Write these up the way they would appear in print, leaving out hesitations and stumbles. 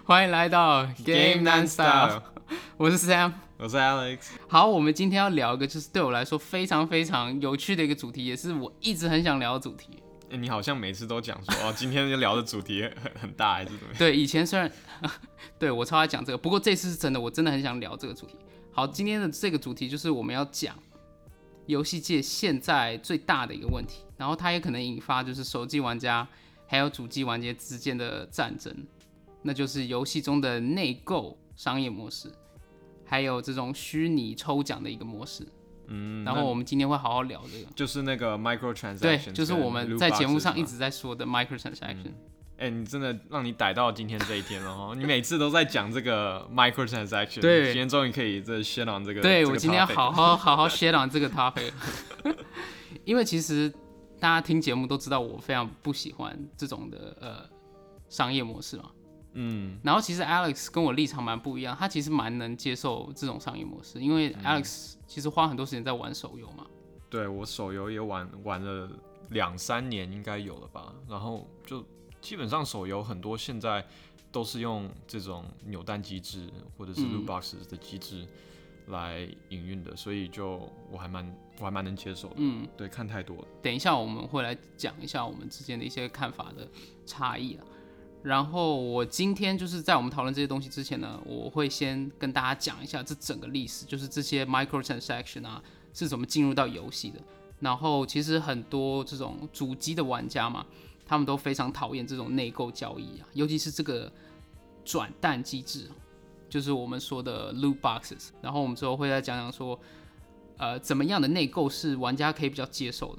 欢迎来到 Game Non-Stop， 我是 Sam， 我是 Alex。 好，我们今天要聊一个就是对我来说非常非常有趣的一个主题，也是我一直很想聊的主题。 你好像每次都讲说今天就聊的主题很大还是怎么样？ 对，以前虽然对我超爱讲这个，不过这次是真的，我真的很想聊这个主题。好，今天的这个主题就是我们要讲游戏界现在最大的一个问题，然后它也可能引发就是手机玩家还有主机玩家之间的战争，那就是游戏中的内购商业模式，还有这种虚拟抽奖的一个模式。然后我们今天会好好聊这个， 就是那个 microtransaction， 对，就是我们在节目上一直在说的 microtransaction。 你真的让你逮到今天这一天了哦！你每次都在讲这个 microtransaction， 对， 今天终于可以这 share on 这个， 对， 这个我今天要好好 share on 这个 topic， 因为其实大家听节目都知道我非常不喜欢这种的商业模式嘛。然后其实 Alex 跟我立场蛮不一样，他其实蛮能接受这种商业模式，因为 Alex 其实花很多时间在玩手游嘛。 对，我手游也玩了2-3年应该有了吧，然后就基本上手游很多现在都是用这种扭蛋机制或者是 loot boxes 的机制来营运的，所以就我还蛮能接受的。对，看太多了。 等一下我们会来讲一下我们之间的一些看法的差异啦。然后我今天就是在我们讨论这些东西之前呢，我会先跟大家讲一下这整个历史，就是这些 microtransaction 啊是怎么进入到游戏的。然后其实很多这种主机的玩家嘛，他们都非常讨厌这种内购交易啊，尤其是这个转蛋机制，就是我们说的 loot boxes。然后我们之后会再讲讲说，怎么样的内购是玩家可以比较接受的。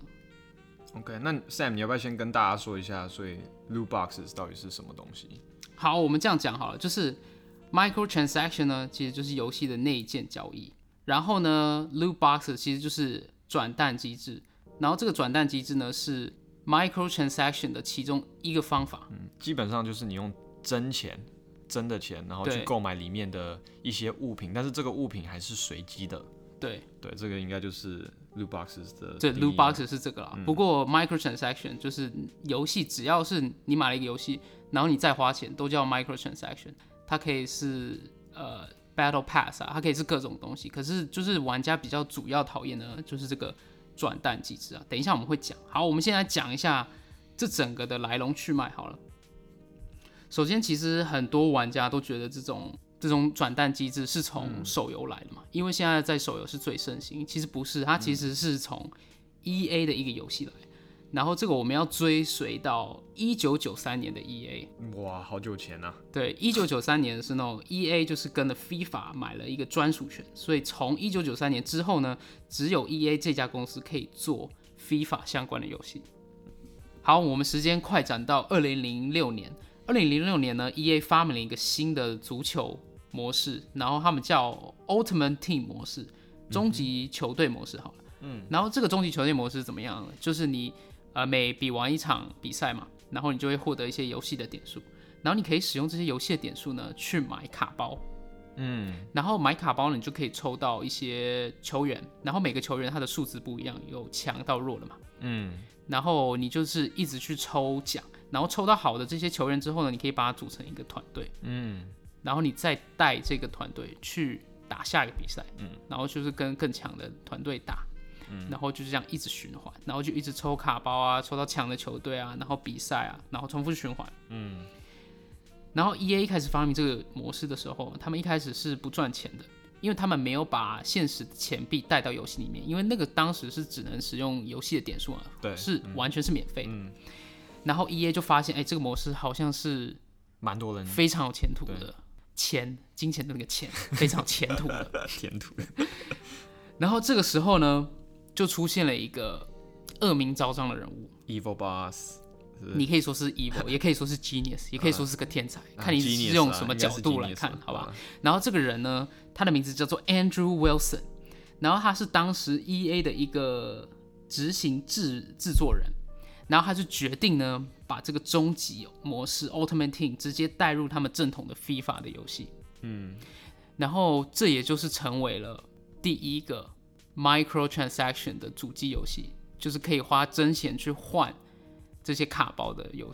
OK， 那 Sam， 你要不要先跟大家说一下，所以 loot boxes 到底是什么东西？ 好，我们这样讲好了，就是 microtransaction 呢，其实就是游戏的内建交易，然后呢 loot boxes 其实就是转蛋机制，然后这个转蛋机制呢是 microtransaction 的其中一个方法。 基本上就是你用真的钱，然后去购买里面的一些物品，但是这个物品还是随机的。对，这个应该就是 loot boxes 的。 对 ，loot boxes 是这个啦。不过 microtransaction 就是游戏，只要是你买了一个游戏，然后你再花钱，都叫 microtransaction。它可以是battle pass 啊，它可以是各种东西。可是就是玩家比较主要讨厌的，就是这个转蛋机制啊。等一下我们会讲。好，我们现在讲一下这整个的来龙去脉好了。首先，其实很多玩家都觉得这种转蛋机制是从手游来的嘛，因为现在在手游是最盛行。其实不是，它其实是从 EA 的一个游戏来，然后这个我们要追随到1993年的 EA。 哇，好久前啊！ 对，1993年的时候 EA 就是跟了 FIFA 买了一个专属权，所以从1993年之后呢，只有 EA 这家公司可以做 FIFA 相关的游戏。好，我们时间快转到2006年。2006年呢 ，EA 发明了一个新的足球模式，然后他们叫 Ultimate Team 模式，终极球队模式好了。然后这个终极球队模式是怎么样呢？就是你每比完一场比赛嘛，然后你就会获得一些游戏的点数，然后你可以使用这些游戏的点数呢去买卡包。然后买卡包呢，你就可以抽到一些球员，然后每个球员他的数值不一样，有强到弱的嘛。然后你就是一直去抽奖，然后抽到好的这些球员之后呢，你可以把它组成一个团队。然后你再带这个团队去打下一个比赛。然后就是跟更强的团队打。然后就是这样一直循环，然后就一直抽卡包啊，抽到强的球队啊，然后比赛啊，然后重复循环。然后 EA 一开始发明这个模式的时候，他们一开始是不赚钱的，因为他们没有把现实的钱币带到游戏里面，因为那个当时是只能使用游戏的点数啊， 对， 是完全是免费的。然后 EA 就发现，这个模式好像是蛮多人非常有前途的，金钱的那个钱非常有前途的前途。 然后这个时候呢，就出现了一个恶名昭彰的人物 ，Evil Boss。 你可以说是 evil， 也可以说是 genius， 也可以说是个天才，看你是用什么角度来看，好吧？然后这个人呢，他的名字叫做 Andrew Wilson， 然后他是当时 EA 的一个执行制作人，然后他就决定呢，把这个终极模式 Ultimate Team 直接带入他们正统的 FIFA 的游戏。然后这也就是成为了第一个 microtransaction 的主机游戏，就是可以花真钱去换这些卡包的游戏。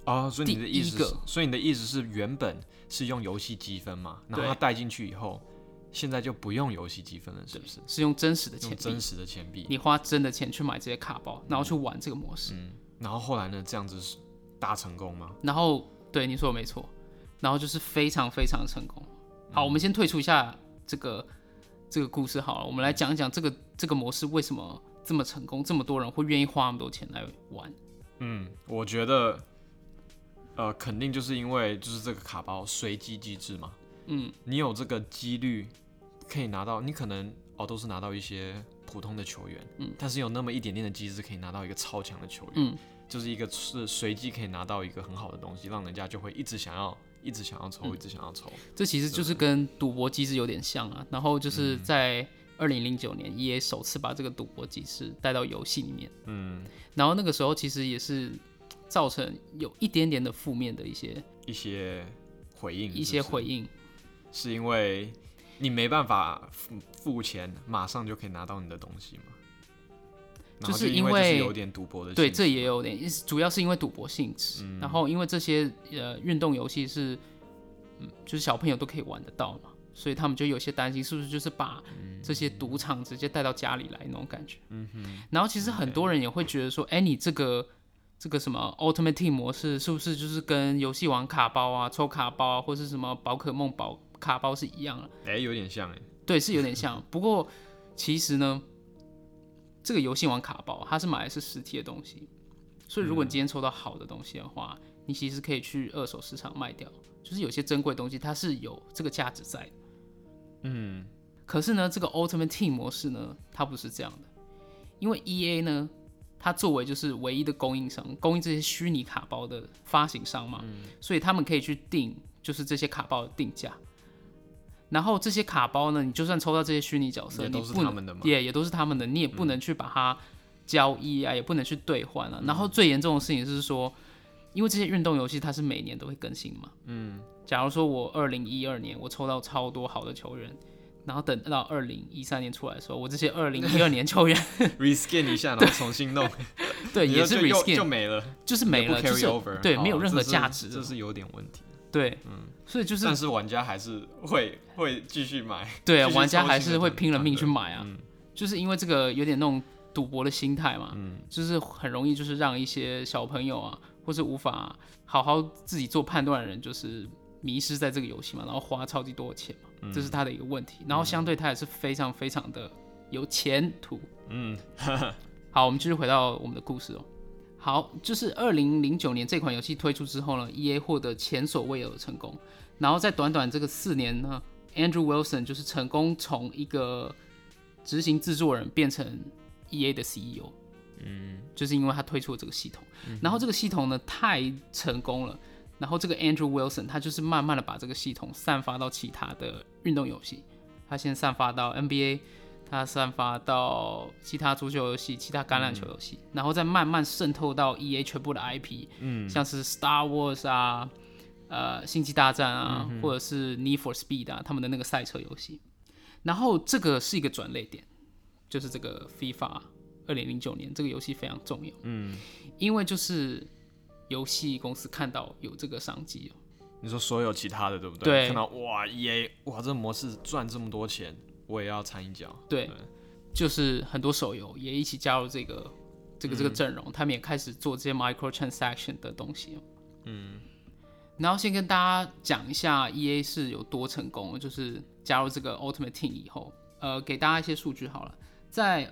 哦，所以你的意第一个思是，所以你的意思是原本是用游戏积分嘛，然后对它带进去以后，现在就不用游戏积分了，是不是？ 是用真实的钱币， 用真实的钱币， 你花真的钱去买这些卡包，然后去玩这个模式。 然后后来呢，这样子是大成功吗？ 然后对你说的没错，然后就是非常非常成功。好，我们先退出一下这个故事好了，我们来讲一讲这个模式为什么这么成功，这么多人会愿意花那么多钱来玩。 我觉得肯定就是因为就是这个卡包随机机制嘛，你有这个几率可以拿到，你可能都是拿到一些普通的球员，但是有那么一点点的机制可以拿到一个超强的球员，就是一个是随机可以拿到一个很好的东西，让人家就会一直想要抽，一直想要抽。 这其实就是跟赌博机制有点像啊。然后就是在2009年，EA 首次把这个赌博机制带到游戏里面，然后那个时候其实也是造成有一点点的负面的一些回应，是因为你没办法付钱，马上就可以拿到你的东西嘛。 就是因为就是有点赌博的性质， 对，这也有点，主要是因为赌博性质。然后因为这些运动游戏是就是小朋友都可以玩得到嘛，所以他们就有些担心，是不是就是把这些赌场直接带到家里来那种感觉。然后其实很多人也会觉得说，你这个什么 Ultimate Team 模式是不是就是跟游戏玩卡包啊、抽卡包啊，或是什么宝可梦卡包是一样的？ 有点像对，是有点像。不过其实呢，这个游戏王卡包它是买的是实体的东西，所以如果你今天抽到好的东西的话，你其实可以去二手市场卖掉。就是有些珍贵的东西它是有这个价值在的。可是呢，这个 Ultimate Team 模式呢，它不是这样的，因为 EA 呢，它作为就是唯一的供应商，供应这些虚拟卡包的发行商嘛，所以他们可以去定就是这些卡包的定价。然后这些卡包呢，你就算抽到这些虚拟角色， 也都是他们的嘛， 也都是他们的，你也不能去把它交易啊，也不能去兑换啊。然后最严重的事情是说，因为这些运动游戏它是每年都会更新嘛，假如说我2012年我抽到超多好的球员，然后等到2013年出来的时候，我这些2012年球员 reskin 一下，然后重新弄， 对，也是 reskin 就没了， 就是没了，就是对，没有任何价值， 这是有点问题。 对，所以就是， 但是玩家还是会继续买， 对啊，玩家还是会拼了命去买啊，就是因为这个有点那种赌博的心态嘛，就是很容易就是让一些小朋友啊，或是无法好好自己做判断的人，就是迷失在这个游戏嘛，然后花超级多的钱嘛，这是他的一个问题。然后相对他也是非常非常的有前途。好，我们继续回到我们的故事哦。好，就是2009年这款游戏推出之后呢 ，EA 获得前所未有的成功。然后在短短这个4年呢 ，Andrew Wilson 就是成功从一个执行制作人变成 EA 的 CEO。就是因为他推出了这个系统，然后这个系统呢太成功了，然后这个 Andrew Wilson 他就是慢慢的把这个系统散发到其他的运动游戏，他先散发到 NBA。它散发到其他足球游戏、其他橄榄球游戏，然后再慢慢渗透到 EA 全部的 IP，像是 Star Wars 啊、星际大战啊，或者是 Need for Speed 啊，他们的那个赛车游戏。然后这个是一个转捩点，就是这个 FIFA 2009年这个游戏非常重要，因为就是游戏公司看到有这个商机了。 你说所有其他的对不对？ 对， 看到哇 EA 哇这模式赚这么多钱。我也要掺一脚， 对，就是很多手游也一起加入这个阵容，他们也开始做这些 microtransaction 的东西。然后先跟大家讲一下 EA 是有多成功，就是加入这个 Ultimate Team 以后，给大家一些数据好了，在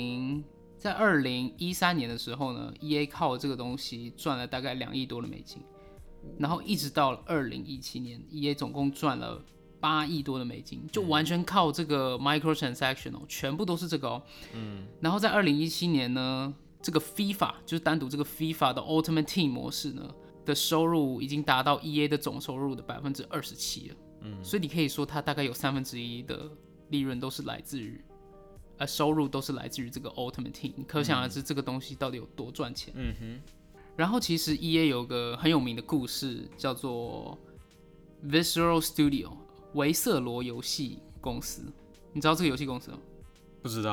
2013年的时候呢 ，EA 靠这个东西赚了大概2亿多的美金，然后一直到了2017年 ，EA 总共赚了8亿多的美金，就完全靠这个 microtransaction 全部都是这个哦。然后在2017年呢，这个 FIFA 就是单独这个 FIFA 的 Ultimate Team 模式呢的收入已经达到 EA 的总收入的27%了。所以你可以说它大概有1/3的利润都是来自于，收入都是来自于这个 Ultimate Team。你可想而知这个东西到底有多赚钱。然后其实 EA 有个很有名的故事叫做 Visceral Studio。维瑟罗游戏公司，你知道这个游戏公司吗？ 不知道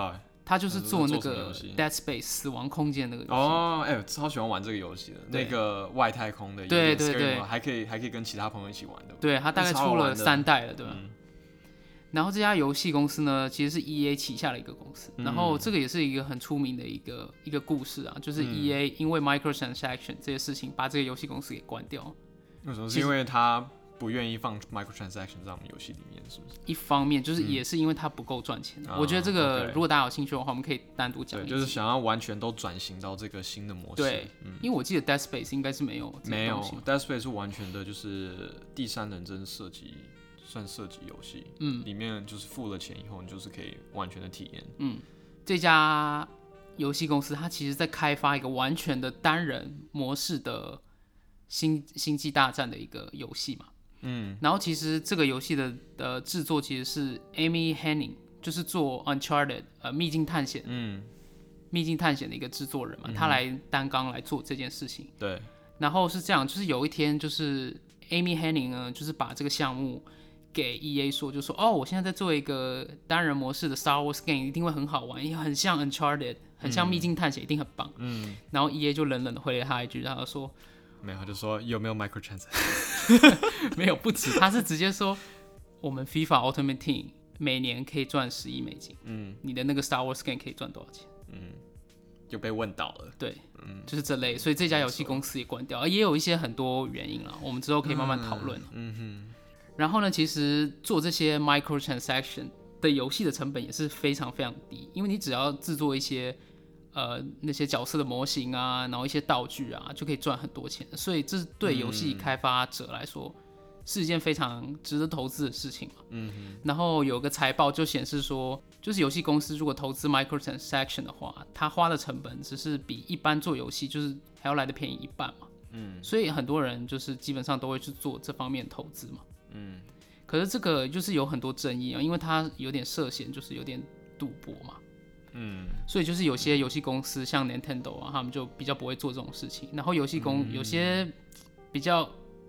他就是做那做什么个游戏 Dead Space 死亡空间那个游戏。 哦，哎、超喜欢玩这个游戏的，那个外太空的， 对对对， 还可以跟其他朋友一起玩的。 对，他大概出了3代了，对吧？然后这家游戏公司呢，其实是 EA 旗下的一个公司，然后这个也是一个很出名的一个故事啊，就是 EA 因为 microtransaction 这些事情把这个游戏公司给关掉。 为什么？是因为他不愿意放 microtransaction 在我们游戏里面，是不是？ 一方面就是也是因为它不够赚钱。我觉得这个如果大家有兴趣的话，我们可以单独讲。 对，就是想要完全都转型到这个新的模式。 对，因为我记得 Dead Space 应该是没有 Dead Space 是完全的就是第三人称射击。算射击游戏，里面就是付了钱以后，你就是可以完全的体验。 这家游戏公司它其实在开发一个完全的单人模式的星际大战的一个游戏嘛。然后其实这个游戏的制作其实是 Amy Hennig， 就是做 Uncharted 秘境探险，秘境探险的一个制作人嘛，他来担纲来做这件事情。 对。 然后是这样，就是有一天就是 Amy Hennig 呢，就是把这个项目给 EA 说，就说哦，我现在在做一个单人模式的 Star Wars game， 一定会很好玩，也很像 Uncharted， 很像秘境探险，一定很棒。然后 EA 就冷冷的回了他一句，然后说没有，他就说有没有 microtransaction？ 没有，不止，他是直接说我们 FIFA Ultimate Team 每年可以赚$10亿。你的那个 Star Wars game 可以赚多少钱？ 就被问到了。 对，就是这类，所以这家游戏公司也关掉，也有一些很多原因啦，我们之后可以慢慢讨论。然后呢，其实做这些 microtransaction 的游戏的成本也是非常非常低，因为你只要制作一些那些角色的模型啊，然后一些道具啊，就可以赚很多钱，所以这对游戏开发者来说是一件非常值得投资的事情嘛。然后有个财报就显示说，就是游戏公司如果投资 microtransaction 的话，它花的成本只是比一般做游戏就是还要来的便宜一半嘛。所以很多人就是基本上都会去做这方面投资嘛。可是这个就是有很多争议啊，因为它有点涉嫌，就是有点赌博嘛。所以就是有些游戏公司像 Nintendo 啊，他们就比较不会做这种事情。然后有些比较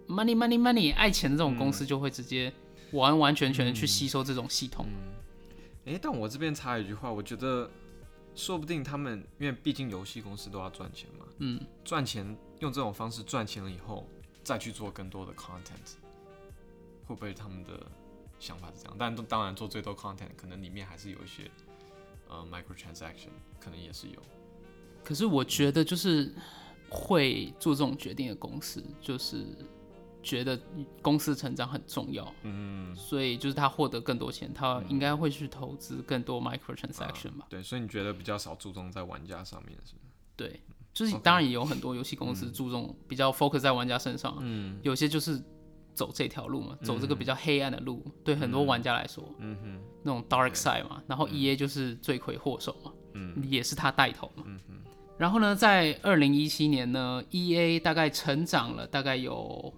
money 爱钱的这种公司，就会直接完完全全去吸收这种系统。 但我这边插一句话，我觉得说不定他们因为毕竟游戏公司都要赚钱嘛，赚钱用这种方式赚钱了以后，再去做更多的 content。会不会他们的想法是这样？但当然做最多 content， 可能里面还是有一些microtransaction， 可能也是有。 可是我觉得就是会做这种决定的公司，就是觉得公司成长很重要，所以就是他获得更多钱，他应该会去投资更多 microtransaction 吧。 对，所以你觉得比较少注重在玩家上面，是不是？ 对，就是当然也有很多游戏公司注重比较 focus 在玩家身上，有些就是走这条路嘛，走这个比较黑暗的路，对很多玩家来说，那种 dark side 嘛，然后 EA 就是罪魁祸首嘛，也是他带头嘛。然后呢，在2017年呢 ，EA 大概成长了大概有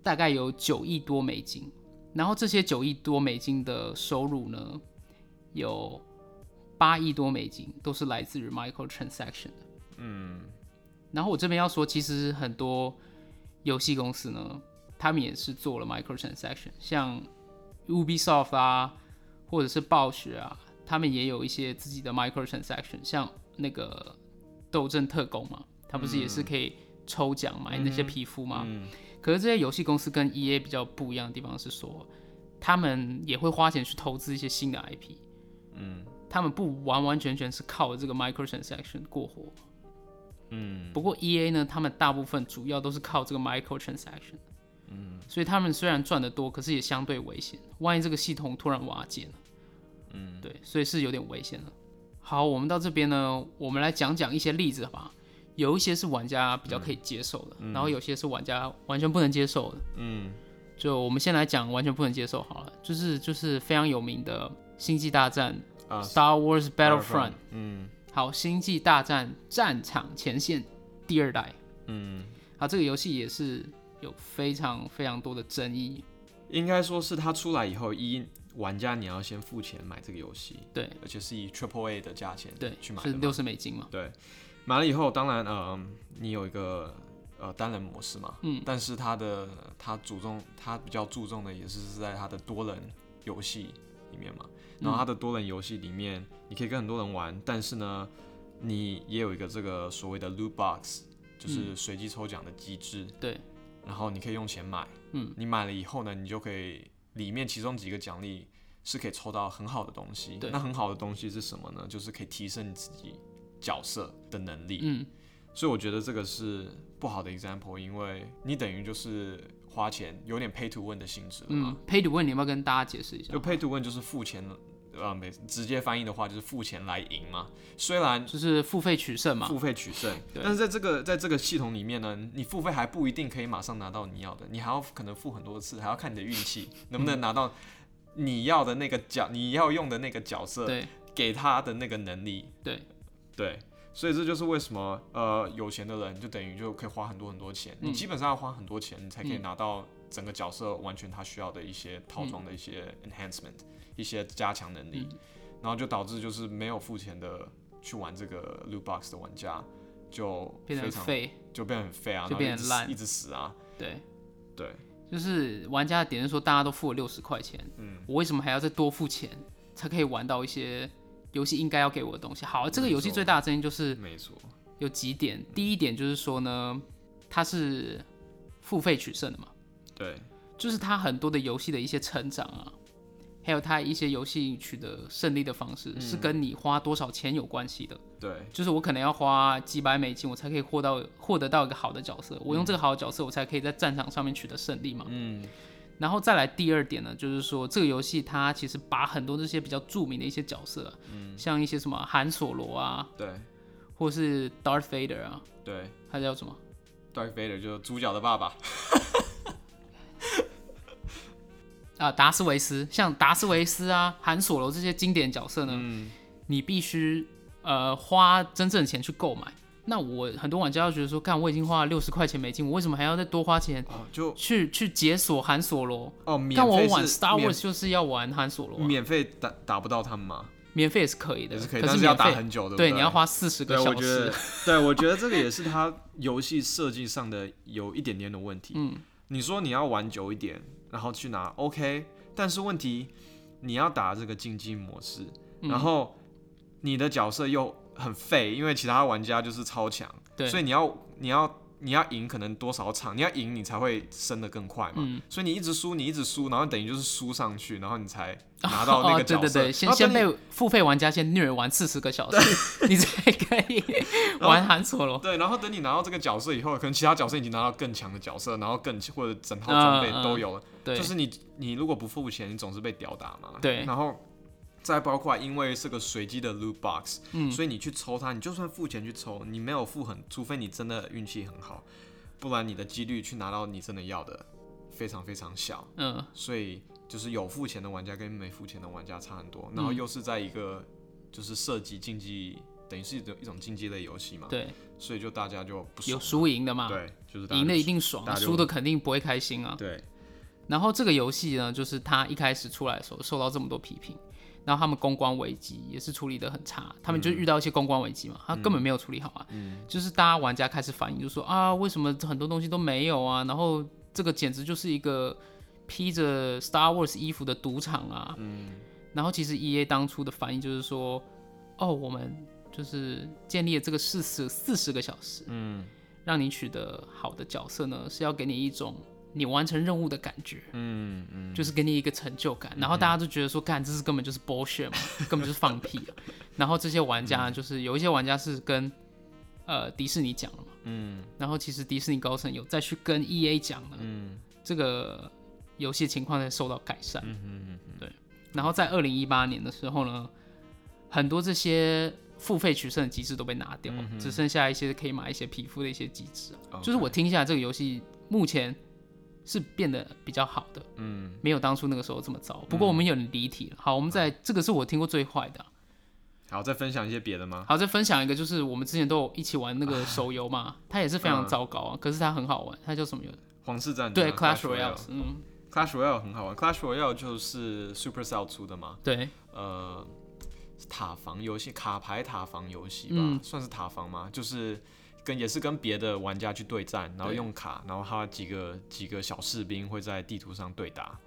$9亿多，然后这些$9亿多的收入呢，有$8亿多都是来自于 microtransaction 的。然后我这边要说，其实很多游戏公司呢，他们也是做了 microtransaction， 像 Ubisoft 啊，或者是暴雪啊，他们也有一些自己的 microtransaction， 像那个斗阵特工嘛，他不是也是可以抽奖买那些皮肤吗？可是这些游戏公司跟 EA 比较不一样的地方是说，他们也会花钱去投资一些新的 IP，他们不完完全全是靠这个 microtransaction 过活。不过 EA 呢，他们大部分主要都是靠这个 microtransaction。所以他们虽然赚得多，可是也相对危险。万一这个系统突然瓦解了，对，所以是有点危险的。好，我们到这边呢，我们来讲讲一些例子吧。有一些是玩家比较可以接受的，然后有些是玩家完全不能接受的。就我们先来讲完全不能接受好了，就是非常有名的《星际大战》Star Wars Battlefront。好，《星际大战：战场前线》第2代。好，这个游戏也是有非常非常多的争议。 应该说是它出来以后，玩家你要先付钱买这个游戏， 对， 而且是以 AAA 的价钱去买的， 是$60嘛。 对，买了以后，当然你有一个单人模式嘛，但是它比较注重的也是在它的多人游戏里面嘛。 然后它的多人游戏里面，你可以跟很多人玩，但是呢，你也有一个这个所谓的 loot box， 就是随机抽奖的机制。 对。 然后你可以用钱买，你买了以后呢，你就可以里面其中几个奖励是可以抽到很好的东西。那很好的东西是什么呢？就是可以提升你自己角色的能力。所以我觉得这个是不好的 example， 因为你等于就是花钱，有点 pay to win 的性质了嘛。 pay to win 你要不要跟大家解释一下？ 就 pay to win 就是付钱。直接翻译的话就是付钱来赢嘛，虽然就是付费取胜嘛， 付费取胜，但是在这个系统里面呢，你付费还不一定可以马上拿到你要的，你还要可能付很多次，还要看你的运气能不能拿到你要的那个你要用的那个角色，给他的那个能力，对，所以这就是为什么有钱的人就等于就可以花很多钱，你基本上要花很多钱，你才可以拿到整个角色完全他需要的一些套装的一些 enhancement。一些加强能力，然后就导致就是没有付钱的去玩这个 loot box 的玩家就变得很废， 就变得很废啊， 就变得烂， 一直死啊。对， 就是玩家的点是说，大家都付了60块钱，我为什么还要再多付钱才可以玩到一些游戏应该要给我的东西？好，这个游戏最大的争议就是没错， 有几点，第一点就是说呢，它是付费取胜的嘛， 对， 就是它很多的游戏的一些成长啊。还有它一些游戏取得胜利的方式，是跟你花多少钱有关系的。 对， 就是我可能要花几百美金，我才可以获得到一个好的角色。我用这个好的角色，我才可以在战场上面取得胜利嘛。然后再来第二点呢，就是说这个游戏它其实把很多这些比较著名的一些角色，像一些什么韩索罗啊， 对， 或是 Darth Vader 啊， 对， 他叫什么 ？Darth Vader 就是主角的爸爸。 达斯维斯，像达斯维斯啊、韩索罗这些经典角色呢，你必须花真正的钱去购买。那很多玩家要觉得说，干，我已经花了60块钱美金，我为什么还要再多花钱去解锁韩索罗？干，我玩 Star Wars 就是要玩韩索罗， 免费打不到他们吗？ 免费也是可以的， 可是要打很久的。 对，你要花40个小时。 对，我觉得这个也是他游戏设计上的有一点点的问题。你说你要玩久一点。然后去拿 OK， 但是问题你要打这个竞技模式，然后你的角色又很废，因为其他玩家就是超强，所以你要赢可能多少场，你要赢你才会升得更快嘛，所以你一直输，然后等于就是输上去，然后你才拿到那个角色。 对，先被付费玩家先虐玩40个小时，你才可以玩韩索罗。 对，然后等你拿到这个角色以后，可能其他角色已经拿到更强的角色，然后或者整套装备都有了。就是你如果不付钱，你总是被吊打嘛。 对， 然后再包括因为是个随机的 loot box，所以你去抽它，你就算付钱去抽，你没有除非你真的运气很好，不然你的几率去拿到你真的要的非常非常小。所以就是有付钱的玩家跟没付钱的玩家差很多，然后又是在一个就是射击竞技，等于是一种竞技类游戏嘛。 对， 所以就大家就不爽， 有输赢的嘛。 对，就是赢的一定爽，输的肯定不会开心啊。 对。 然后这个游戏呢，就是它一开始出来的时候受到这么多批评，然后他们公关危机也是处理的很差，他们就遇到一些公关危机嘛，他根本没有处理好啊。就是大家玩家开始反映，就说啊，为什么很多东西都没有啊？然后这个简直就是一个披着 Star Wars 衣服的赌场啊。然后其实 EA 当初的反应就是说，哦，我们就是建立了这个40个小时，让你取得好的角色呢，是要给你一种你完成任务的感觉，就是给你一个成就感，然后大家都觉得说，干，这是根本就是 bullshit 嘛，根本就是放屁啊。然后这些玩家就是有一些玩家是跟迪士尼讲了嘛，然后其实迪士尼高层有再去跟 EA 讲了，这个游戏情况在受到改善，对。然后在2018年的时候呢，很多这些付费取胜的机制都被拿掉，只剩下一些可以买一些皮肤的一些机制，就是我听下来这个游戏目前是变得比较好的，没有当初那个时候这么糟。不过我们有点离题了。好，我们这个是我听过最坏的。 好，再分享一些别的吗？ 好，再分享一个，就是我们之前都有一起玩那个手游嘛，它也是非常糟糕啊，可是它很好玩，它叫什么游戏？ 皇室战争。 对 ，Clash Royale。 Clash Royale 很好玩 ，Clash Royale 就是 Supercell 出的嘛。 对。 塔防游戏，卡牌塔防游戏吧，算是塔防吗？就是也是跟别的玩家去对战，然后用卡，然后他几个小士兵会在地图上对打。 对。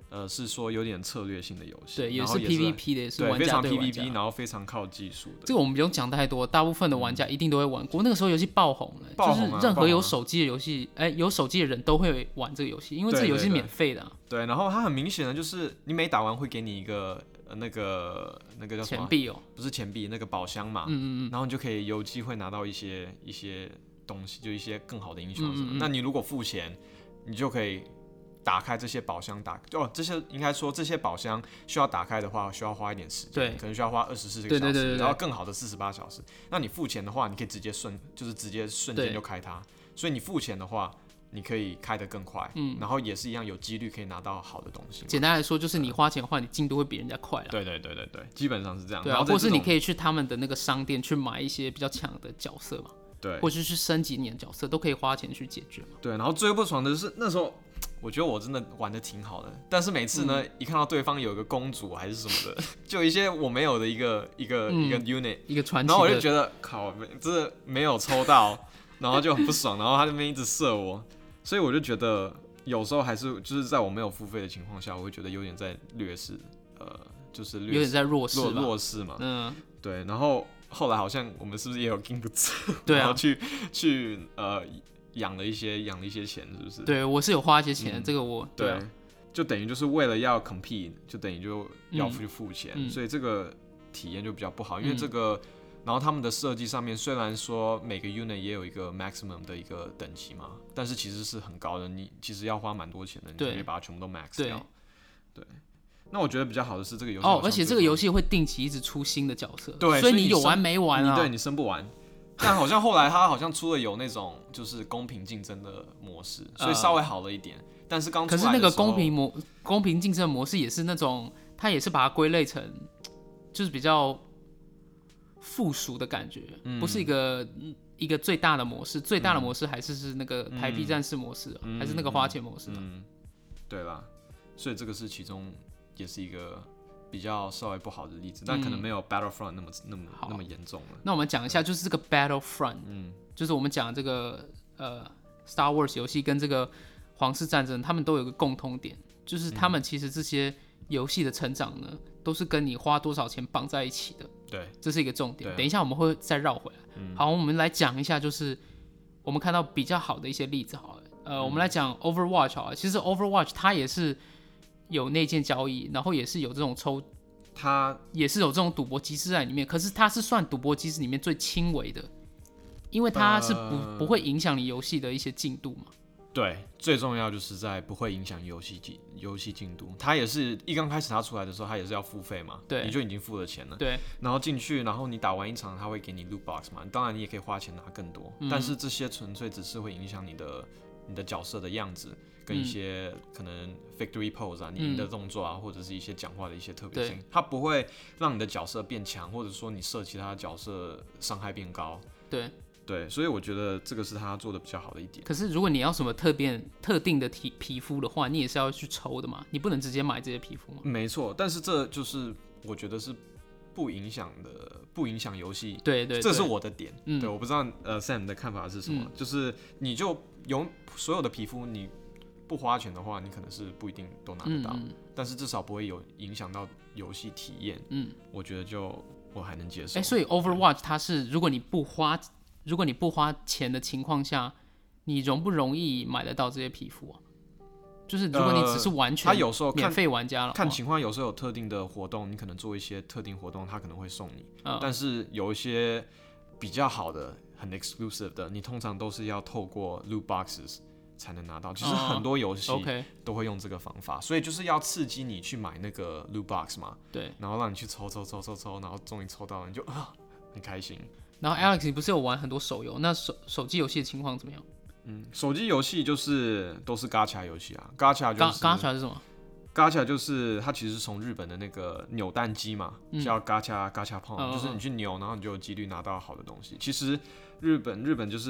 是说有点策略性的游戏， 对，也是 PVP 的，也是对非常玩家对玩 PVP， 家。 然后非常靠技术的。 这个我们不用讲太多，大部分的玩家一定都会玩过。那个时候游戏爆红了，就是任何有手机的游戏，有手机的人都会玩这个游戏，因为这个游戏是免费的。 对，然后它很明显的就是你每打完会给你一个那个叫什么钱币哦， 不是钱币，那个宝箱嘛，然后你就可以有机会拿到一些东西，就一些更好的英雄什么。那你如果付钱，你就可以打开这些宝箱，这些应该说这些宝箱需要打开的话，需要花一点时间，可能需要花24个小时，然后更好的48小时。那你付钱的话，你可以直接瞬间就开它，所以你付钱的话，你可以开得更快，然后也是一样有几率可以拿到好的东西。 简单来说，就是你花钱的话，你进度会比人家快啦。 对，基本上是这样。 对啊，或是你可以去他们的那个商店去买一些比较强的角色嘛。 对， 或者是升级你的角色，都可以花钱去解决嘛。 对，然后最不爽的是那时候，我觉得我真的玩的挺好的，但是每次呢，一看到对方有一个公主还是什么的，就有一些我没有的一个 unit， 一个传奇， 然后我就觉得靠，这没有抽到，然后就很不爽，然后他那边一直射我，所以我就觉得有时候还是就是在我没有付费的情况下，我会觉得有点在劣势，就是有点在弱势嘛，对，然后。后来好像我们是不是也有禁不住， 对啊， 然后去养了一些钱，是不是？ 对，我是有花一些钱，这个我对，就等于就是为了要 compete， 就等于就要去付钱，所以这个体验就比较不好，因为这个，然后他们的设计上面虽然说每个 unit 也有一个 maximum 的一个等级嘛，但是其实是很高的，你其实要花蛮多钱的，你才可以把它全部都 max 掉，对。那我觉得比较好的是这个游戏而且这个游戏会定期一直出新的角色， 对， 所以你有完没完啊？ 对，你升不完。但好像后来它好像出了有那种就是公平竞争的模式，所以稍微好了一点。但是刚出来的时候， 可是那个公平竞争模式也是那种，它也是把它归类成就是比较附属的感觉，不是一个最大的模式。最大的模式还是那个台币战士模式，还是那个花钱模式。 对啦，所以这个是其中。也是一个比较稍微不好的例子，但可能没有 Battlefront 那么严重了。 那我们讲一下，就是这个 Battlefront，就是我们讲这个Star Wars 游戏跟这个皇室战争，他们都有一个共通点，就是他们其实这些游戏的成长呢，都是跟你花多少钱绑在一起的。 对， 这是一个重点。等一下我们会再绕回来。好，我们来讲一下，就是我们看到比较好的一些例子好了。我们来讲 Overwatch 好了。其实 Overwatch 它也是。有内建交易，然后也是有这种它也是有这种赌博机制在里面，可是它是算赌博机制里面最轻微的，因为它是不会影响你游戏的一些进度嘛。 对，最重要就是在不会影响游戏进度。它也是一刚开始它出来的时候，它也是要付费嘛， 对， 你就已经付了钱了， 对， 然后进去，然后你打完一场，它会给你 loot box 嘛，当然你也可以花钱拿更多，但是这些纯粹只是会影响你的角色的样子。跟一些可能 victory pose 啊，你赢的动作啊，或者是一些讲话的一些特别性，它不会让你的角色变强，或者说你射其他的角色伤害变高。对，所以我觉得这个是他做的比较好的一点。 可是如果你要什么特定的皮肤的话，你也是要去抽的嘛，你不能直接买这些皮肤嘛。 没错，但是这就是我觉得是不影响游戏。 对， 这是我的点。对，我不知道Sam 的看法是什么，就是你就有所有的皮肤你。不花钱的话，你可能是不一定都拿得到，但是至少不会有影响到游戏体验。我觉得我还能接受。 所以 Overwatch 它是如果你不花钱的情况下，你容不容易买得到这些皮肤啊？就是如果你只是完全免费玩家了， 看情况，有时候有特定的活动，你可能做一些特定活动，他可能会送你。但是有一些比较好的、很 exclusive 的，你通常都是要透过 loot boxes。才能拿到，其实很多游戏都会用这个方法，所以就是要刺激你去买那个 loot box 嘛， 对， 然后让你去抽，然后终于抽到了，你就很开心。 然后 Alex， 你不是有玩很多手游？那手机游戏的情况怎么样？ 手机游戏就是都是 gacha 游戏啊 ，gacha 就是 gacha 是什么 ？gacha 就是它其实是从日本的那个扭蛋机嘛，叫 gacha pong，就是你去扭，然后你就有几率拿到好的东西。其实日本就是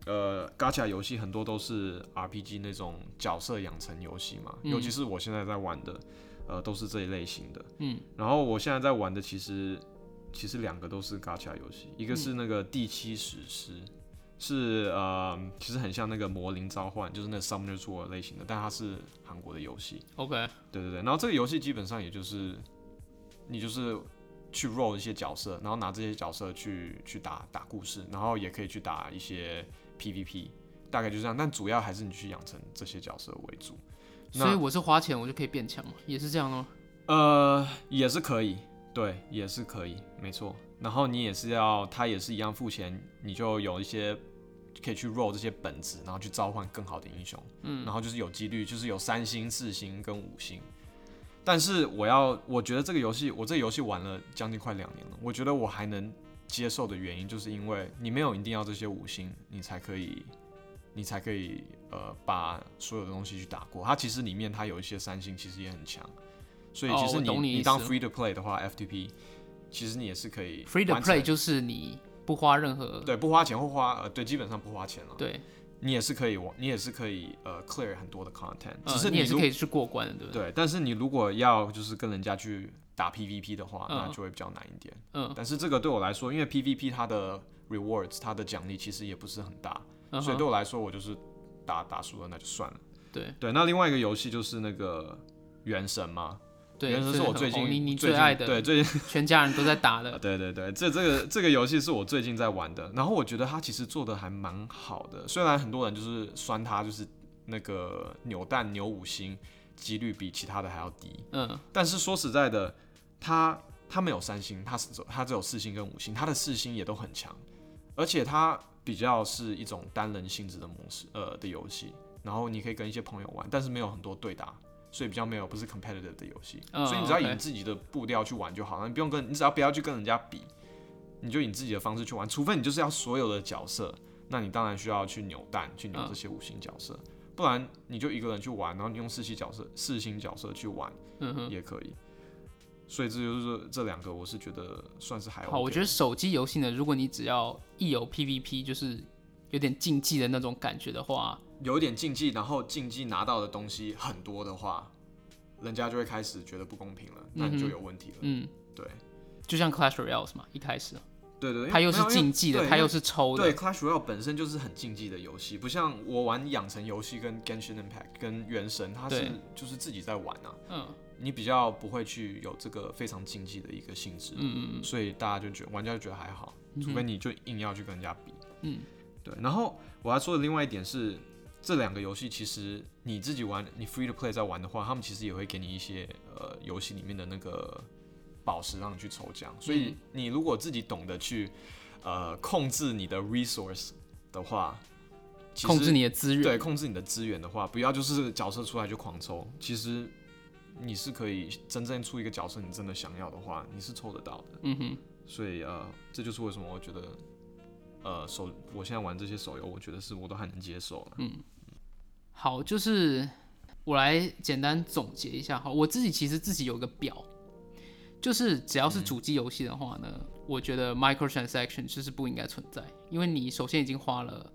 。gacha 游戏很多都是 RPG 那种角色养成游戏嘛，尤其是我现在在玩的，都是这一类型的。然后我现在在玩的其实2个都是 gacha 游戏，一个是那个第7史诗， 是其实很像那个魔灵召唤，就是那个 Summoner's War 类型的，但它是韩国的游戏。 OK， 对对对，然后这个游戏基本上也就是你就是去 roll 一些角色，然后拿这些角色去打故事，然后也可以去打一些 PVP， 大概就这样。但主要还是你去养成这些角色为主。 所以我是花钱我就可以变强，也是这样哦。 也是可以，对，也是可以，没错。然后你也是要，他也是一样付钱，你就有一些可以去 roll 这些本子，然后去召唤更好的英雄。然后就是有几率，就是有3星、4星跟5星。但是我觉得这个游戏，我这个游戏玩了将近快2年了，我觉得我还能接受的原因，就是因为你没有一定要这些5星，你才可以把所有的东西去打过。它其实里面它有一些3星，其实也很强。所以其实你当 free to play 的话 ，FTP 其实你也是可以 free to play 就是你不花任何不花钱或对，基本上不花钱了。 对， 你也是可以clear 很多的 content，只是你也是可以去过关的，对不对？对，但是你如果要就是跟人家去打 PVP 的话，那就会比较难一点。但是这个对我来说，因为 PVP 它的 rewards 它的奖励其实也不是很大，所以对我来说，我就是打输了那就算了。对，那另外一个游戏就是那个原神嘛。 对， 原神是我最近你最爱的， 对，最近全家人都在打的。 对对对，这个游戏是我最近在玩的，然后我觉得它其实做的还蛮好的，虽然很多人就是酸它，就是那个扭蛋扭5星几率比其他的还要低，但是说实在的，它没有3星，它只有4星跟5星，它的4星也都很强，而且它比较是一种单人性质的模式的游戏，然后你可以跟一些朋友玩，但是没有很多对打。所以比较没有不是 competitive 的游戏，所以你只要以你自己的步调去玩就好了，你只要不要去跟人家比，你就以你自己的方式去玩，除非你就是要所有的角色，那你当然需要去扭蛋去扭这些5星角色，不然你就一个人去玩，然后你用4星角色去玩，也可以。所以这就是这2个，我是觉得算是还 OK。 好，我觉得手机游戏呢，如果你只要一有 PVP， 就是有点竞技的那种感觉的话。 有一点竞技，然后竞技拿到的东西很多的话，人家就会开始觉得不公平了，那你就有问题了。对， 就像 Clash Royale 嘛，一开始， 对， 它又是竞技的，它又是抽的。 对 ，Clash Royale 本身就是很竞技的游戏，不像我玩养成游戏跟 Genshin Impact 跟原神，它是就是自己在玩啊。你比较不会去有这个非常竞技的一个性质。所以大家就玩家就觉得还好，除非你就硬要去跟人家比。对，然后我要说的另外一点是。这2个游戏其实你自己玩，你 free to play 在玩的话，他们其实也会给你一些游戏里面的那个宝石让你去抽奖。所以你如果自己懂得去控制你的 resource 的话， 控制你的资源， 对，控制你的资源的话，不要就是角色出来就狂抽。其实你是可以真正出一个角色，你真的想要的话，你是抽得到的。所以这就是为什么我觉得。我现在玩这些手游，我觉得我都还能接受了。 好，就是我来简单总结一下哈。我自己有个表，就是只要是主机游戏的话呢，我觉得 microtransaction 就是不应该存在，因为你首先已经花了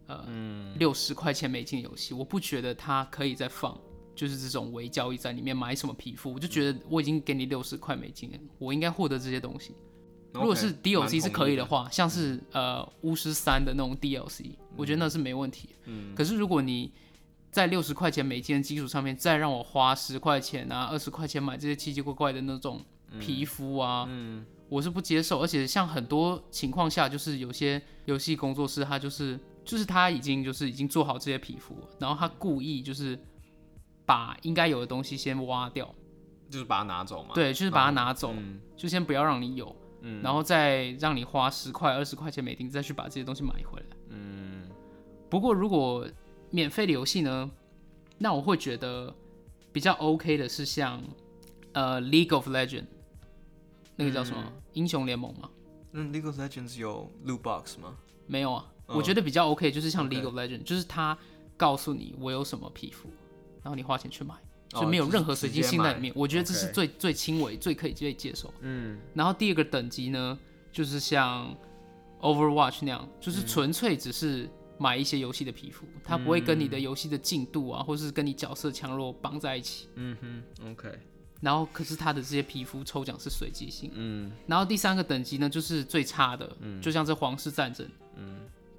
60块钱美金的游戏，我不觉得它可以再放就是这种微交易在里面买什么皮肤，我就觉得我已经给你60块美金了，我应该获得这些东西。如果是 DLC 是可以的话，像是巫师3的那种 DLC，我觉得那是没问题。可是如果你在60块钱美金的基础上面，再让我花10块钱啊、20块钱买这些奇奇怪怪的那种皮肤啊，我是不接受。而且像很多情况下，就是有些游戏工作室他就是他已经做好这些皮肤，然后他故意就是把应该有的东西先挖掉， 就是把它拿走嘛。 对，就是把它拿走，就先不要让你有。然后再让你花10块、20块钱美金再去把这些东西买回来。不过如果免费的游戏呢，那我会觉得比较 OK 的是像League of Legends 那个叫什么、英雄联盟吗 ？League of Legends 有 loot box 吗？ 没有啊，我觉得比较 OK 就是像 League of Legends， 就是它告诉你我有什么皮肤，然后你花钱去买。就没有任何随机性在里面，我觉得这是最轻微、最可以被接受。然后第2个等级呢，就是像 Overwatch 那样，就是纯粹只是买一些游戏的皮肤，它不会跟你的游戏的进度啊，或是跟你角色强弱绑在一起。 OK。 然后可是它的这些皮肤抽奖是随机性。然后第3个等级呢，就是最差的，就像这皇室战争。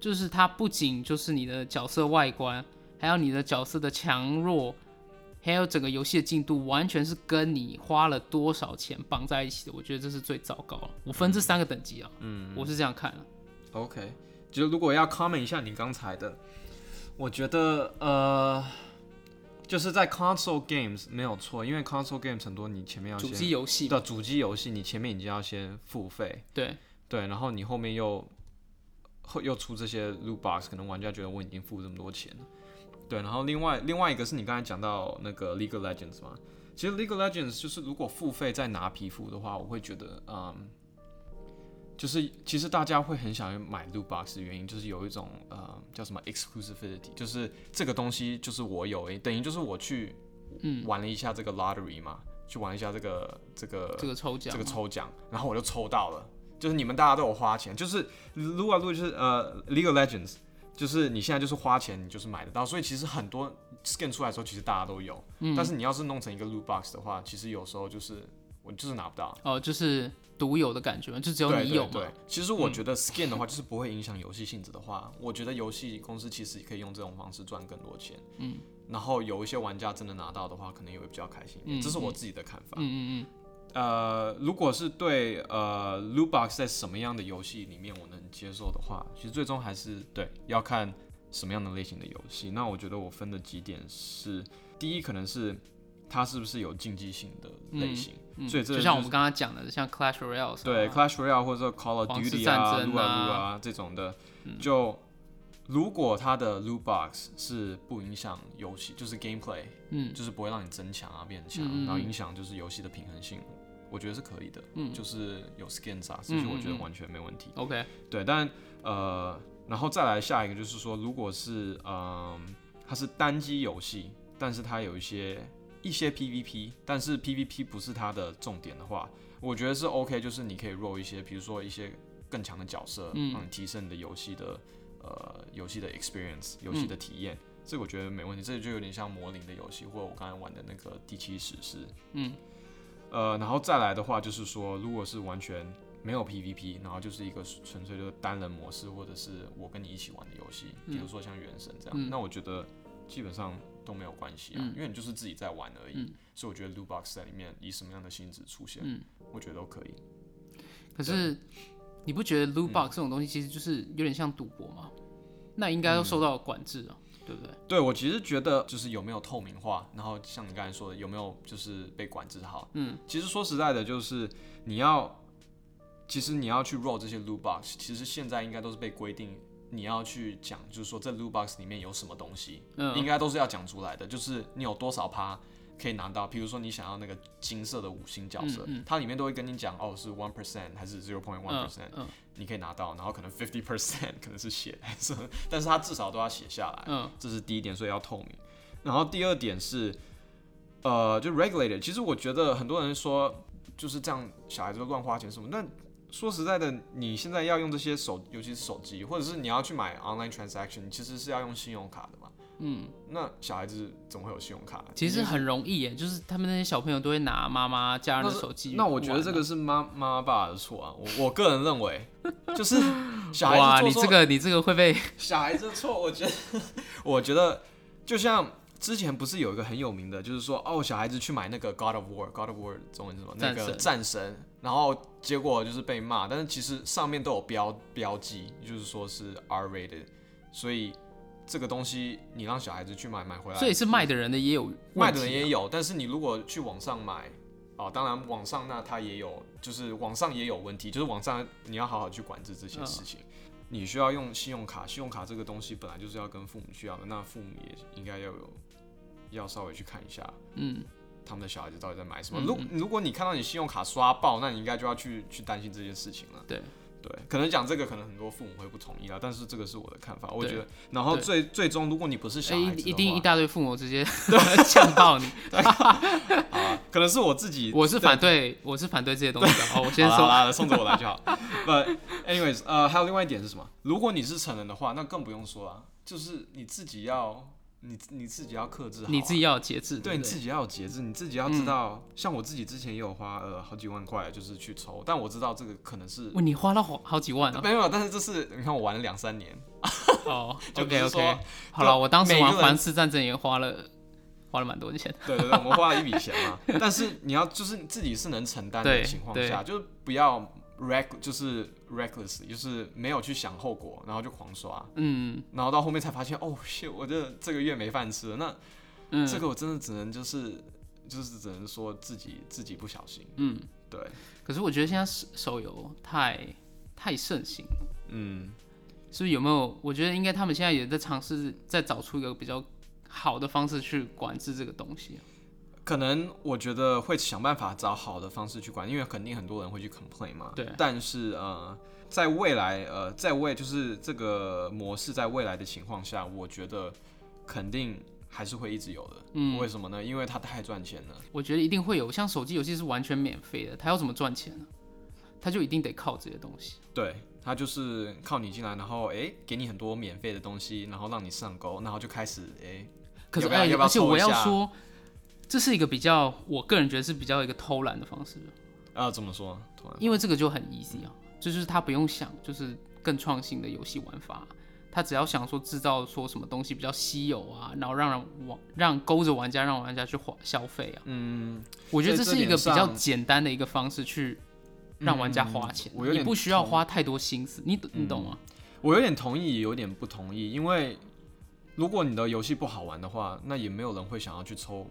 就是它不仅就是你的角色外观，还有你的角色的强弱，还有整个游戏的进度，完全是跟你花了多少钱绑在一起的。我觉得这是最糟糕了。我分这3个等级啊，我是这样看的。 OK， 就如果要 comment 一下你刚才的，我觉得就是在 console games 没有错，因为 console games 很多你前面要先主机游戏的主机游戏，你前面已经要先付费， 对， 然后你后面又出这些 loot box， 可能玩家觉得我已经付这么多钱了，对，然后另外一个是你刚才讲到那个 League of Legends 嘛，其实 League of Legends 就是如果付费再拿皮肤的话，我会觉得就是其实大家会很想要买 loot box 的原因，就是有一种叫什么 exclusivity， 就是这个东西就是我有，等于就是我去玩了一下这个 lottery 嘛，去玩一下这个抽奖，然后我就抽到了，就是你们大家都有花钱，就是如果就是League of Legends， 就是你现在就是花钱你就是买得到，所以其实很多 skin 出来的时候其实大家都有，但是你要是弄成一个 loot box 的话，其实有时候就是我就是拿不到就是独有的感觉，就只有你有嘛。 对，其实我觉得 skin 的话，就是不会影响游戏性质的话，我觉得游戏公司其实可以用这种方式赚更多钱。然后有一些玩家真的拿到的话，可能也会比较开心一点。这是我自己的看法。如果是对loot box 在什么样的游戏里面我能接受的话，其实最终还是要看什么样的类型的游戏。那我觉得我分的几点是，第一可能是它是不是有竞技性的类型，所以这就像我们刚刚讲的，像 Clash Royale， 对 Clash Royale 或者 Call of Duty 啊、撸啊撸啊这种的，就如果它的 loot box 是不影响游戏，就是 gameplay，就是不会让你增强啊变强，然后影响就是游戏的平衡性，我觉得是可以的，就是有 skins 啊，这些我觉得完全没问题。 OK， 对，但然后再来下一个就是说，如果是它是单机游戏，但是它有一些 PVP， 但是 PVP 不是它的重点的话，我觉得是 OK， 就是你可以 roll 一些，比如说一些更强的角色，让你提升你的游戏的 experience， 游戏的体验，这个我觉得没问题。这就有点像魔灵的游戏，或者我刚才玩的那个第7史诗。然后再来的话就是说，如果是完全没有 PVP， 然后就是一个纯粹的单人模式，或者是我跟你一起玩的游戏，比如说像原神这样，那我觉得基本上都没有关系啊，因为你就是自己在玩而已。所以我觉得 loot box 在里面以什么样的性质出现，我觉得都可以。 可是你不觉得 loot box 这种东西其实就是有点像赌博吗？那应该都受到管制啊，对不对？ 对，我其实觉得就是有没有透明化，然后像你刚才说的有没有就是被管制好。其实说实在的，就是其实你要去 roll 这些 loot box， 其实现在应该都是被规定你要去讲，就是说这 loot box 里面有什么东西，应该都是要讲出来的，就是你有多少趴可以拿到，比如说你想要那个金色的5星角色，它里面都会跟你讲是 1% 还是 0.1%，你可以拿到，然后可能 50% 可能是血，但是它至少都要写下来，这是第一点，所以要透明。然后第二点是，就 regulated， 其实我觉得很多人说就是这样，小孩子都乱花钱什么，但说实在的，你现在要用这些尤其是手机，或者是你要去买 online transaction， 其实是要用信用卡的嘛。那小孩子怎么会有信用卡？ 其实很容易耶，就是他们那些小朋友都会拿妈妈家人的手机。 那我觉得这个是妈妈爸的错啊，我个人认为，就是小孩子做错。 哇，你这个会被小孩子的错，我觉得就像之前不是有一个很有名的，就是说小孩子去买那个 God of War 中文是什么？那个战神，然后结果就是被骂，但是其实上面都有标记，就是说是 R rated， 所以这个东西你让小孩子去买回来， 所以是卖的人的也有， 卖的人也有，但是你如果去网上买，当然网上那它也有，就是网上也有问题，就是网上你要好好去管制这些事情。你需要用信用卡这个东西本来就是要跟父母需要的，那父母也应该要稍微去看一下，他们的小孩子到底在买什么。如果你看到你信用卡刷爆，那你应该就要去担心这件事情了。对，可能讲这个，可能很多父母会不同意啦，但是这个是我的看法，我觉得。然后最终，如果你不是小孩子的话， 一定一大堆父母直接呛爆你。 可能是我自己， 我是反对这些东西的。我先说， 好啦，送着我来就好。But anyways，还有另外一点是什么？如果你是成人的话，那更不用说了，就是你自己要你自己要克制好、啊， 你自己要有节制， 对，你自己要有节制，你自己要知道。像我自己之前也有花好几万块，就是去抽，但我知道这个可能是你花了好几万啊？ 没有，但是这是你看我玩了2-3年。 哦 ，OK， 好了，我当时玩环视战争也花了蛮多钱。 对，我们花了一笔钱嘛。但是你要就是自己是能承担的情况下，就是不要就是 reckless， 就是没有去想后果，然后就狂刷。然后到后面才发现，哦 shit， 我这个月没饭吃了。那这个我真的只能就是只能说自己不小心。对。 可是我觉得现在手游太盛行了。是不是有没有？我觉得应该他们现在也在尝试再找出一个比较好的方式去管制这个东西。 可能我觉得会想办法找好的方式去管，因为肯定很多人会去 complain 嘛。 对。 但是在未来就是这个模式在未来的情况下，我觉得肯定还是会一直有的。为什么呢？因为它太赚钱了。 我觉得一定会有，像手机游戏是完全免费的，它要怎么赚钱呢？它就一定得靠这些东西。 对。他就是靠你进来，然后给你很多免费的东西，然后让你上钩，然后就开始可是要不要而且我要说，这是一个比较，我个人觉得是比较一个偷懒的方式。 怎么说？ 因为这个就很 easy 啊，就是他不用想，就是更创新的游戏玩法，他只要想说制造说什么东西比较稀有啊，然后让勾着玩家，让玩家去消费啊。我觉得这是一个比较简单的一个方式去让玩家花钱，你不需要花太多心思，你懂吗？ 我有点同意，也有点不同意，因为如果你的游戏不好玩的话，那也没有人会想要去抽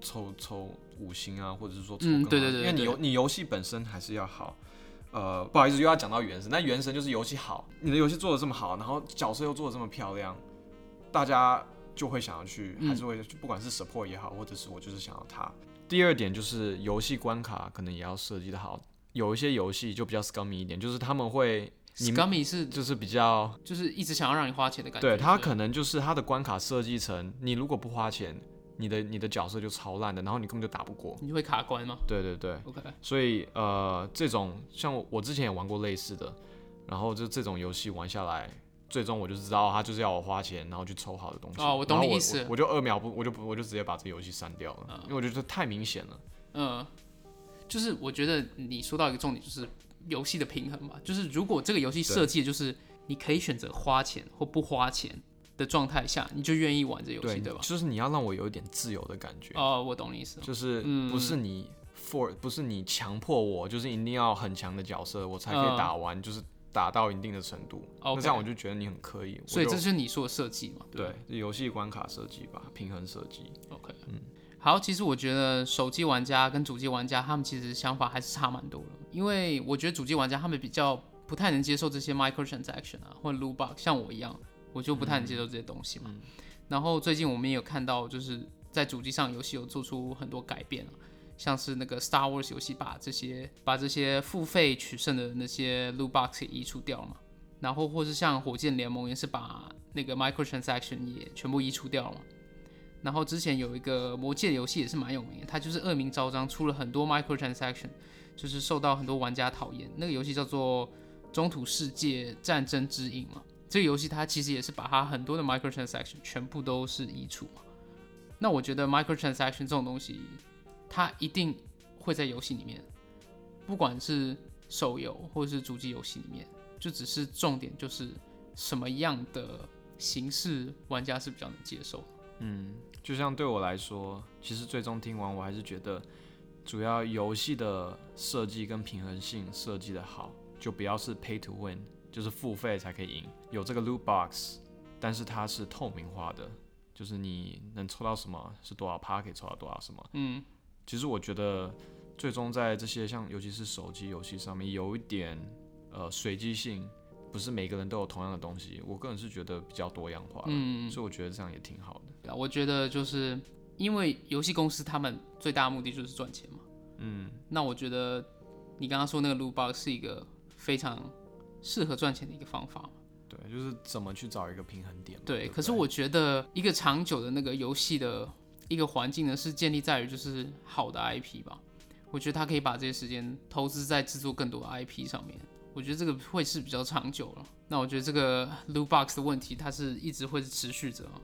5星啊，或者是说抽更好。 对， 因为你游戏本身还是要好。不好意思，又要讲到原神，但原神就是游戏好，你的游戏做的这么好，然后角色又做的这么漂亮，大家就会想要去，还是会不管是 support 也好，或者是我就是想要它。第二点就是游戏关卡可能也要设计的好。有一些游戏就比较 scummy 一点，就是他们会 scummy 是就是比较就是一直想要让你花钱的感觉。 对，他可能就是他的关卡设计成，你如果不花钱，你的角色就超烂的，然后你根本就打不过， 你会卡关吗？ 对。 OK。 所以这种像我之前也玩过类似的，然后就这种游戏玩下来，最终我就知道他就是要我花钱，然后去抽好的东西。 我懂你意思。 我就2秒我就直接把这个游戏删掉了，因为我觉得太明显了。 就是我觉得你说到一个重点，就是游戏的平衡吧。就是如果这个游戏设计的就是你可以选择花钱或不花钱的状态下，你就愿意玩这游戏，对吧？ 就是你要让我有一点自由的感觉。 我懂你意思。 就是不是你强迫我，就是一定要很强的角色我才可以打完，就是打到一定的程度。那这样我就觉得你很刻意。 所以这就是你说的设计嘛？ 对，游戏关卡设计吧，平衡设计。 OK。好，其实我觉得手机玩家跟主机玩家他们其实想法还是差蛮多的，因为我觉得主机玩家他们比较不太能接受这些 microtransaction 啊或者 loot box， 像我一样，我就不太能接受这些东西嘛。然后最近我们也有看到，就是在主机上游戏有做出很多改变，像是那个 Star Wars 游戏把这些付费取胜的那些 loot box 也移除掉了嘛，然后或是像火箭联盟也是把那个 microtransaction 也全部移除掉了嘛。然后之前有一个魔戒的游戏也是蛮有名的，它就是恶名昭彰，出了很多 microtransaction， 就是受到很多玩家讨厌。那个游戏叫做中土世界战争之影嘛，这个游戏它其实也是把它很多的 microtransaction 全部都是移除嘛。那我觉得 microtransaction 这种东西，它一定会在游戏里面，不管是手游或者是主机游戏里面，就只是重点就是什么样的形式玩家是比较能接受。 就像对我来说，其实最终听完我还是觉得，主要游戏的设计跟平衡性设计的好，就不要是 pay to win， 就是付费才可以赢。有这个 loot box， 但是它是透明化的，就是你能抽到什么是多少%可以抽到多少什么。其实我觉得最终在这些像尤其是手机游戏上面有一点随机性。不是每个人都有同样的东西，我个人是觉得比较多样化，所以我觉得这样也挺好的。 我觉得就是因为游戏公司他们最大的目的就是赚钱嘛，那我觉得你刚刚说那个 loot box 是一个非常适合赚钱的一个方法嘛。 对，就是怎么去找一个平衡点。 对，可是我觉得一个长久的那个游戏的一个环境呢，是建立在于就是好的 IP 吧。我觉得他可以把这些时间投资在制作更多的 IP 上面。我觉得这个会是比较长久了。那我觉得这个 loot box 的问题，它是一直会是持续着。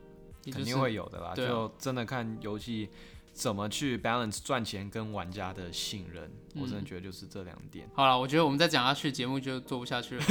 肯定会有的啦， 对啊， 就真的看游戏怎么去 balance 赚钱跟玩家的信任，我真的觉得就是这2点。 好了，我觉得我们再讲下去，节目就做不下去了。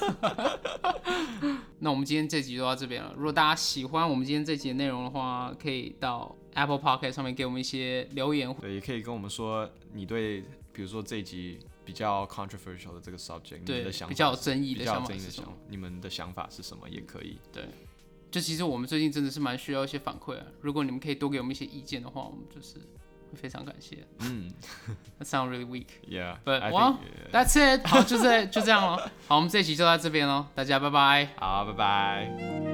那我们今天这集就到这边了。如果大家喜欢我们今天这集的内容的话，可以到 Apple Podcast 上面给我们一些留言， 对，也可以跟我们说你对比如说这一集比较 controversial 的这个 subject， 你们的想法比较有争议的想法是什么？你们的想法是什么？也可以。 对，就其实我们最近真的是蛮需要一些反馈啊。如果你们可以多给我们一些意见的话，我们就是会非常感谢。That sounds really weak. Yeah. But well, that's it. 好，就这样咯。好，我们这一期就到这边咯，大家拜拜。 好，拜拜。